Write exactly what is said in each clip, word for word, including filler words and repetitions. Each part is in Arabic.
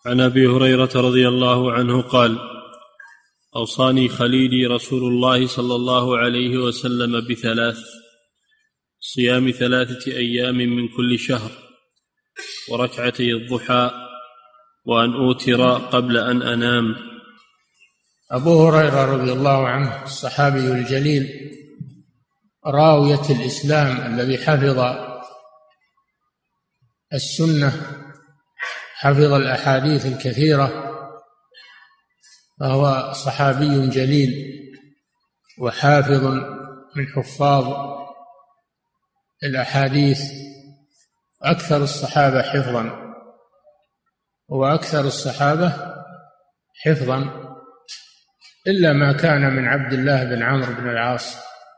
عن أبي هريرة رضي الله عنه قال: أوصاني خليلي رسول الله صلى الله عليه وسلم بثلاث: صيام ثلاثة أيام من كل شهر، وركعتي الضحى، وأن أوتر قبل أن أنام. أبو هريرة رضي الله عنه الصحابي الجليل راوية الإسلام الذي حفظ السنة، حفظ الأحاديث الكثيرة، فهو صحابي جليل وحافظ من حفاظ الأحاديث، أكثر الصحابة حفظا وأكثر الصحابة حفظا إلا ما كان من عبد الله بن عمرو بن العاص،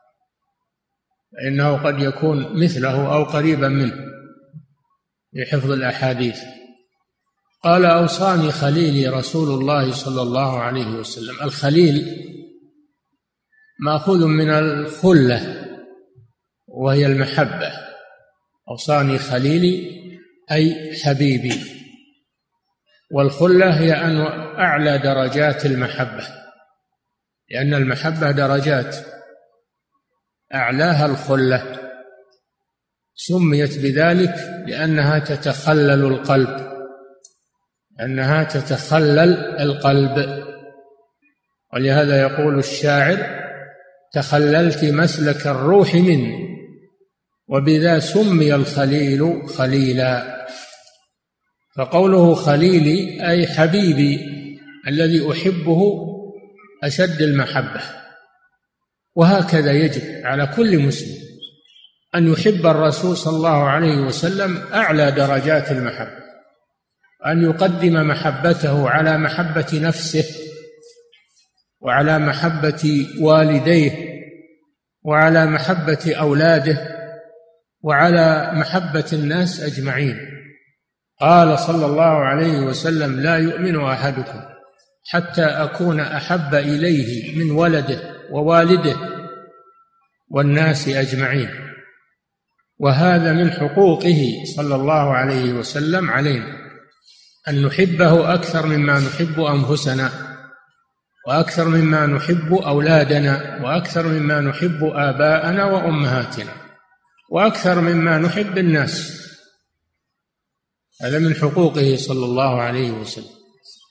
فإنه قد يكون مثله أو قريبا منه في حفظ الأحاديث. قال: أوصاني خليلي رسول الله صلى الله عليه وسلم. الخليل مأخوذ من الخلة وهي المحبة. أوصاني خليلي أي حبيبي، والخلة هي أن أعلى درجات المحبة، لأن المحبة درجات، أعلاها الخلة، سميت بذلك لأنها تتخلل القلب، أنها تتخلل القلب، ولهذا يقول الشاعر: تخللت مسلك الروح مني، وبذا سمي الخليل خليلا. فقوله خليلي أي حبيبي الذي أحبه أشد المحبة. وهكذا يجب على كل مسلم أن يحب الرسول صلى الله عليه وسلم أعلى درجات المحبة، أن يقدم محبته على محبة نفسه وعلى محبة والديه وعلى محبة أولاده وعلى محبة الناس أجمعين. قال صلى الله عليه وسلم: لا يؤمن أحدكم حتى أكون أحب إليه من ولده ووالده والناس أجمعين. وهذا من حقوقه صلى الله عليه وسلم علينا، أن نحبه أكثر مما نحب أنفسنا، وأكثر مما نحب أولادنا، وأكثر مما نحب آباءنا وأمهاتنا، وأكثر مما نحب الناس. هذا من حقوقه صلى الله عليه وسلم،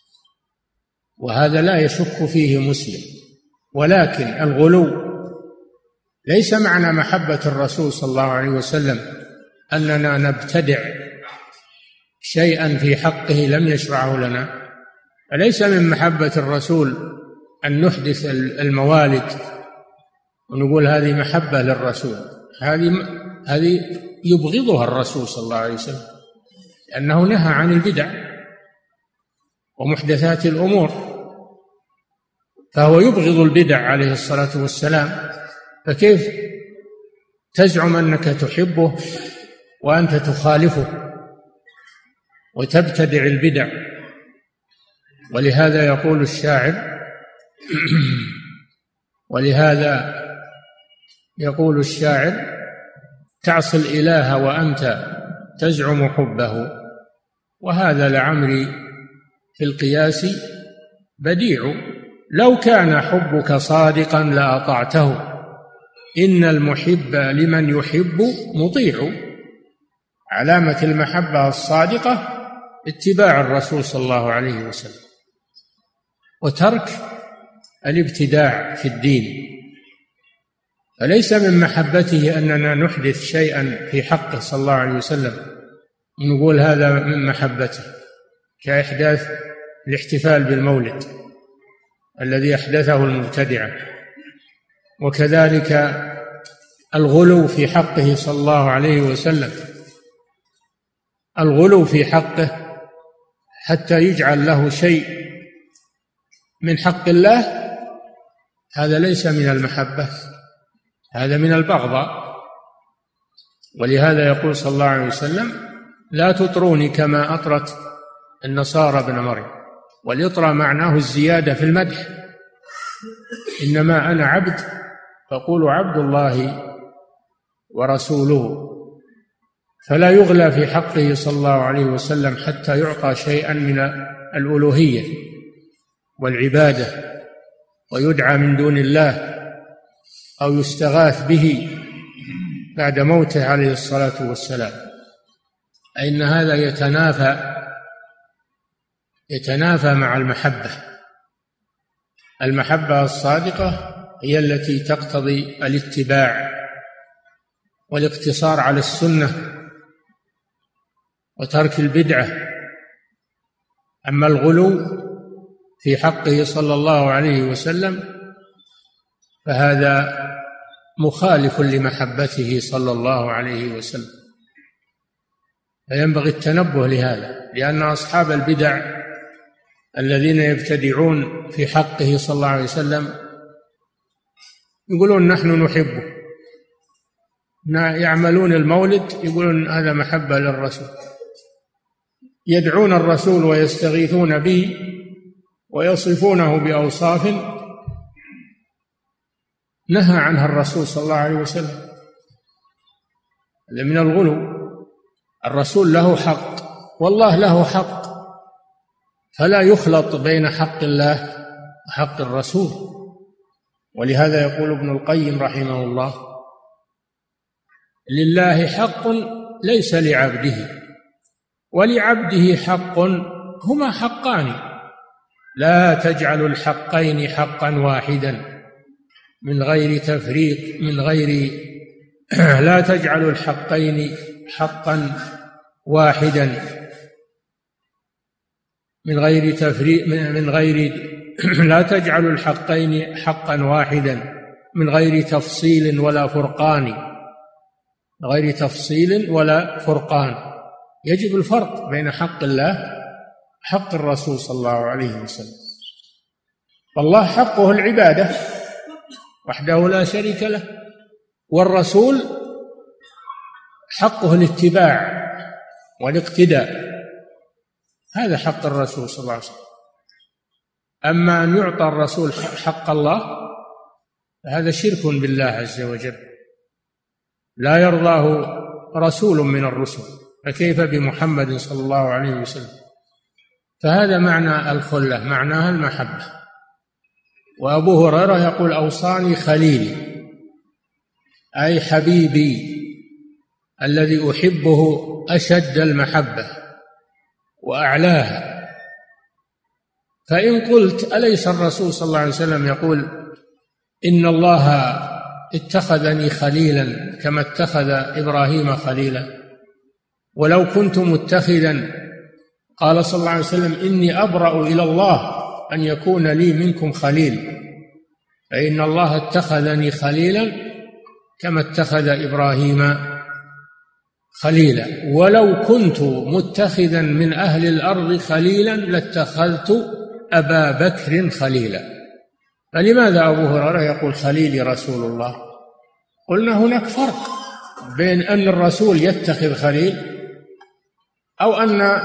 وهذا لا يشك فيه مسلم. ولكن الغلو ليس معنى محبة الرسول صلى الله عليه وسلم أننا نبتدع شيئا في حقه لم يشرعه لنا. فليس من محبة الرسول أن نحدث الموالد ونقول هذه محبة للرسول، هذه هذه يبغضها الرسول صلى الله عليه وسلم، لأنه نهى عن البدع ومحدثات الأمور، فهو يبغض البدع عليه الصلاة والسلام. فكيف تزعم أنك تحبه وأنت تخالفه وتبتدع البدع؟ ولهذا يقول الشاعر ولهذا يقول الشاعر: تعصي الإله وأنت تزعم حبه، وهذا لعمري في القياس بديع. لو كان حبك صادقا لأطعته، إن المحب لمن يحب مطيع. علامة المحبة الصادقة اتباع الرسول صلى الله عليه وسلم وترك الابتداع في الدين. فليس من محبته أننا نحدث شيئا في حقه صلى الله عليه وسلم ونقول هذا من محبته، كإحداث الاحتفال بالمولد الذي أحدثه المبتدعة. وكذلك الغلو في حقه صلى الله عليه وسلم، الغلو في حقه حتى يجعل له شيء من حق الله، هذا ليس من المحبة، هذا من البغضاء. ولهذا يقول صلى الله عليه وسلم: لا تطروني كما أطرت النصارى ابن مريم. والإطرى معناه الزيادة في المدح، إنما أنا عبد فقولوا عبد الله ورسوله. فلا يغلى في حقه صلى الله عليه وسلم حتى يعطى شيئا من الألوهية والعبادة ويدعى من دون الله أو يستغاث به بعد موته عليه الصلاة والسلام، فإن هذا يتنافى يتنافى مع المحبة. المحبة الصادقة هي التي تقتضي الاتباع والاقتصار على السنة وترك البدعة. أما الغلو في حقه صلى الله عليه وسلم فهذا مخالف لمحبته صلى الله عليه وسلم، فينبغي التنبه لهذا، لأن أصحاب البدع الذين يبتدعون في حقه صلى الله عليه وسلم يقولون نحن نحبه، يعملون المولد يقولون هذا محبة للرسول، يدعون الرسول ويستغيثون به ويصفونه بأوصاف نهى عنها الرسول صلى الله عليه وسلم. هذا من الغلو. الرسول له حق والله له حق، فلا يخلط بين حق الله وحق الرسول. ولهذا يقول ابن القيم رحمه الله: لله حق ليس لعبده، ولعبده حق هما حقان، لا تجعل الحقين حقا واحدا من غير تفريق من غير لا تجعل الحقين حقا واحدا من غير تفريق من غير لا تجعل الحقين حقا واحدا من غير تفصيل ولا فرقان غير تفصيل ولا فرقان. يجب الفرق بين حق الله وحق الرسول صلى الله عليه وسلم. فالله حقه العبادة وحده لا شريك له، والرسول حقه الاتباع والاقتداء، هذا حق الرسول صلى الله عليه وسلم. أما أن يعطى الرسول حق الله فهذا شرك بالله عز وجل، لا يرضاه رسول من الرسل، فكيف بمحمد صلى الله عليه وسلم؟ فهذا معنى الخلة، معناها المحبة. وأبو هريرة يقول: أوصاني خليلي، أي حبيبي الذي أحبه أشد المحبة وأعلاها. فإن قلت: أليس الرسول صلى الله عليه وسلم يقول إن الله اتخذني خليلا كما اتخذ إبراهيم خليلا؟ ولو كنت متخذا قال صلى الله عليه وسلم: إني أبرأ إلى الله أن يكون لي منكم خليل، فإن الله اتخذني خليلا كما اتخذ إبراهيم خليلا. ولو كنت متخذا من أهل الأرض خليلا لاتخذت أبا بكر خليلا. فلماذا أبو هريرة يقول خليلي رسول الله؟ قلنا هناك فرق بين أن الرسول يتخذ خليل أو أن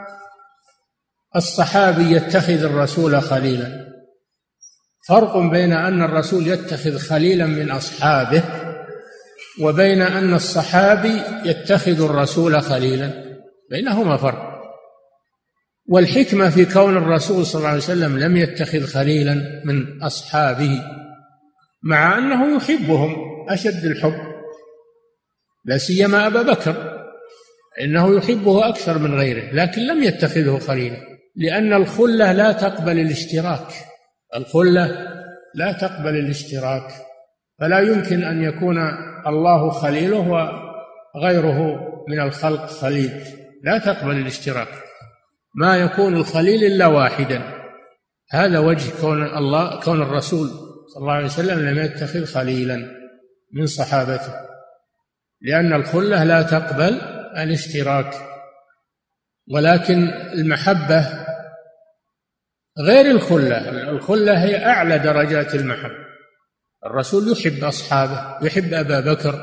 الصحابي يتخذ الرسول خليلا. فرق بين أن الرسول يتخذ خليلا من أصحابه وبين أن الصحابي يتخذ الرسول خليلا، بينهما فرق. والحكمة في كون الرسول صلى الله عليه وسلم لم يتخذ خليلا من أصحابه مع أنه يحبهم أشد الحب، لا سيما أبا بكر إنه يحبه أكثر من غيره، لكن لم يتخذه خليلا، لأن الخلة لا تقبل الاشتراك. الخلة لا تقبل الاشتراك، فلا يمكن أن يكون الله خليله وغيره من الخلق خليل، لا تقبل الاشتراك. ما يكون الخليل إلا واحدا. هذا وجه كون الله كون الرسول صلى الله عليه وسلم لم يتخذ خليلا من صحابته، لأن الخلة لا تقبل الاشتراك. ولكن المحبة غير الخلة، الخلة هي أعلى درجات المحبة. الرسول يحب أصحابه، يحب أبا بكر،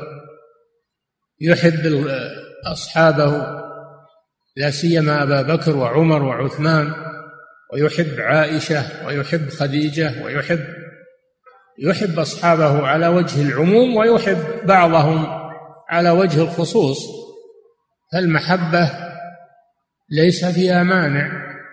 يحب أصحابه لا سيما أبا بكر وعمر وعثمان، ويحب عائشة ويحب خديجة، ويحب يحب أصحابه على وجه العموم ويحب بعضهم على وجه الخصوص. فالمحبة ليس فيها مانع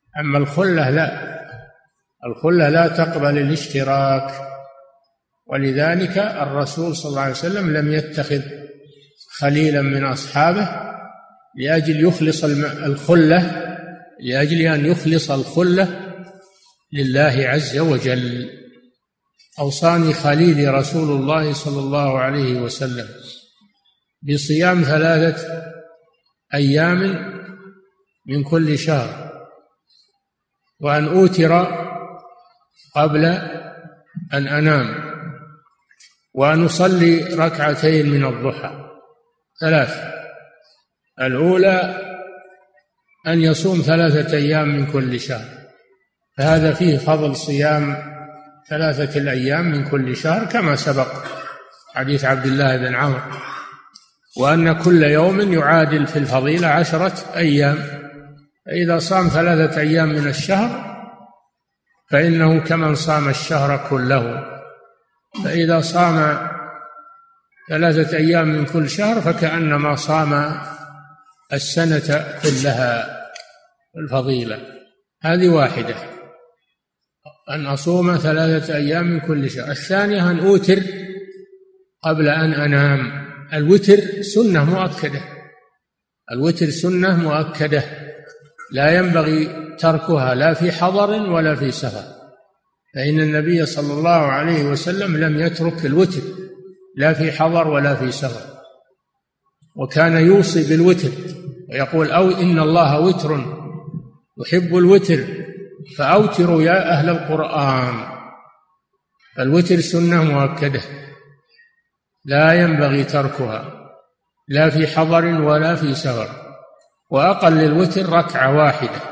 أما الخلة لا، الخلة لا تقبل الاشتراك، ولذلك الرسول صلى الله عليه وسلم لم يتخذ خليلا من أصحابه لأجل يخلص الخلة، لأجل أن يخلص الخلة لله عز وجل. أوصاني خليلي رسول الله صلى الله عليه وسلم بصيام ثلاثة أيام من كل شهر، وأن أوتر قبل أن أنام، وأن أصلي ركعتين من الضحى ثلاث. الأولى أن يصوم ثلاثة أيام من كل شهر، فهذا فيه فضل صيام ثلاثة الأيام من كل شهر كما سبق حديث عبد الله بن عمرو، وأن كل يوم يعادل في الفضيلة عشرة أيام، فإذا صام ثلاثة أيام من الشهر فإنه كمن صام الشهر كله، فإذا صام ثلاثة أيام من كل شهر فكأنما صام السنة كلها الفضيلة. هذه واحدة، أن أصوم ثلاثة أيام من كل شهر. الثانية أن أوتر قبل أن أنام. الوتر سنة مؤكدة، الوتر سنة مؤكدة لا ينبغي تركها لا في حضر ولا في سفر، فإن النبي صلى الله عليه وسلم لم يترك الوتر لا في حضر ولا في سفر، وكان يوصي بالوتر ويقول: أو إن الله وتر يحب الوتر فأوتروا يا أهل القرآن. الوتر سنة مؤكدة لا ينبغي تركها لا في حضر ولا في سفر، وأقل الوتر ركعة واحدة،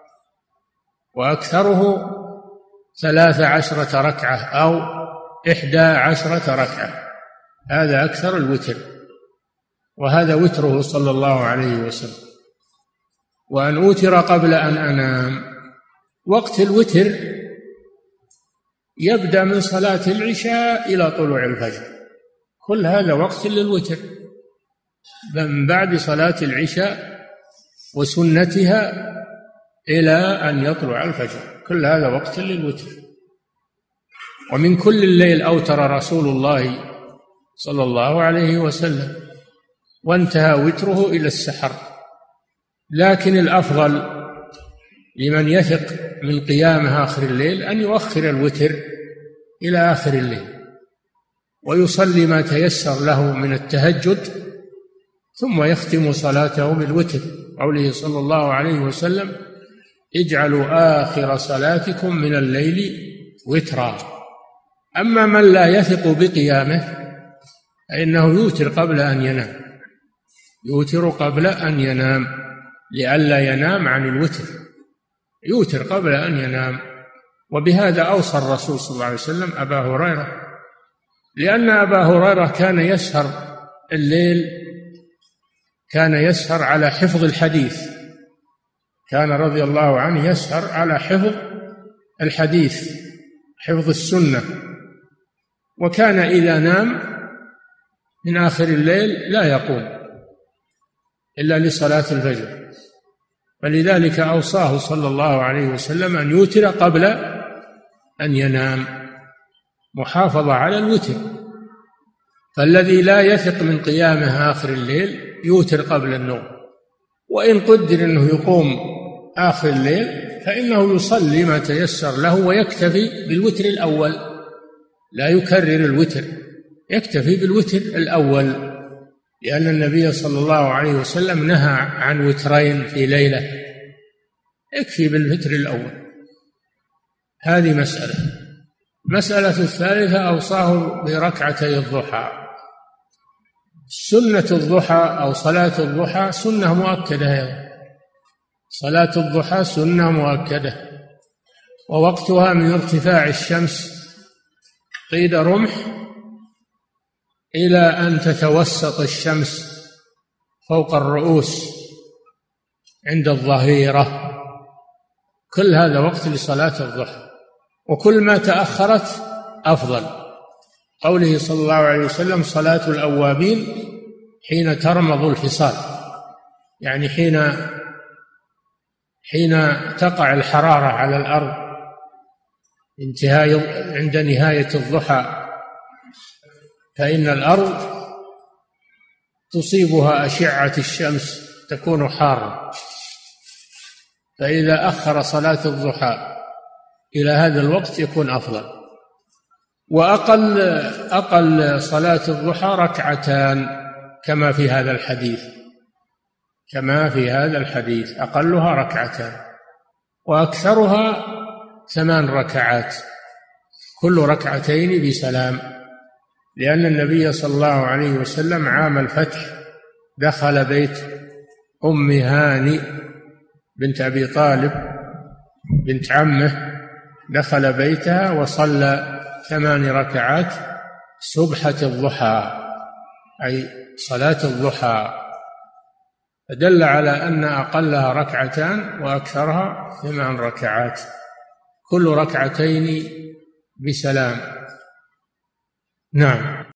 وأكثره ثلاث عشرة ركعة أو إحدى عشرة ركعة، هذا أكثر الوتر، وهذا وتره صلى الله عليه وسلم. وأن أوتر قبل أن أنام. وقت الوتر يبدأ من صلاة العشاء إلى طلوع الفجر، كل هذا وقت للوتر، من بعد صلاة العشاء وسنتها إلى أن يطلع الفجر، كل هذا وقت للوتر. ومن كل الليل أوتر رسول الله صلى الله عليه وسلم، وانتهى وتره إلى السحر. لكن الأفضل لمن يثق من قيامه آخر الليل أن يؤخر الوتر إلى آخر الليل، ويصلي ما تيسر له من التهجد، ثم يختم صلاته بالوتر، قوله صلى الله عليه وسلم: اجعلوا آخر صلاتكم من الليل وترا. أما من لا يثق بقيامه فإنه يوتر قبل أن ينام، يوتر قبل أن ينام لئلا ينام عن الوتر، يوتر قبل أن ينام. وبهذا أوصى الرسول صلى الله عليه وسلم أبا هريرة، لأن أبا هريرة كان يسهر الليل، كان يسهر على حفظ الحديث، كان رضي الله عنه يسهر على حفظ الحديث، حفظ السنة، وكان إذا نام من آخر الليل لا يقوم إلا لصلاة الفجر، فلذلك أوصاه صلى الله عليه وسلم أن يوتر قبل أن ينام، محافظة على الوتر. فالذي لا يثق من قيامه آخر الليل يوتر قبل النوم، وإن قدر أنه يقوم آخر الليل فإنه يصلي ما تيسر له ويكتفي بالوتر الأول، لا يكرر الوتر، يكتفي بالوتر الأول، لأن النبي صلى الله عليه وسلم نهى عن وترين في ليلة، يكفي بالوتر الأول. هذه مسألة. مسألة الثالثة أوصاه بركعتي الضحى. سنة الضحى أو صلاة الضحى سنة مؤكدة، صلاة الضحى سنة مؤكدة، ووقتها من ارتفاع الشمس قيد رمح إلى أن تتوسط الشمس فوق الرؤوس عند الظهيرة، كل هذا وقت لصلاة الضحى، وكل ما تأخرت أفضل. قوله صلى الله عليه وسلم: صلاة الأوابين حين ترمض الفصال، يعني حين حين تقع الحرارة على الأرض انتهاء عند نهاية الضحى، فإن الأرض تصيبها أشعة الشمس تكون حارة، فإذا أخر صلاة الضحى إلى هذا الوقت يكون أفضل. وأقل أقل صلاة الضحى ركعتان كما في هذا الحديث، كما في هذا الحديث أقلها ركعتان وأكثرها ثمان ركعات، كل ركعتين بسلام، لأن النبي صلى الله عليه وسلم عام الفتح دخل بيت أم هاني بنت أبي طالب بنت عمه، دخل بيتها وصلى ثمان ركعات سبحة الضحى، أي صلاة الضحى، فدل على أن أقلها ركعتان وأكثرها ثمان ركعات، كل ركعتين بسلام. نعم.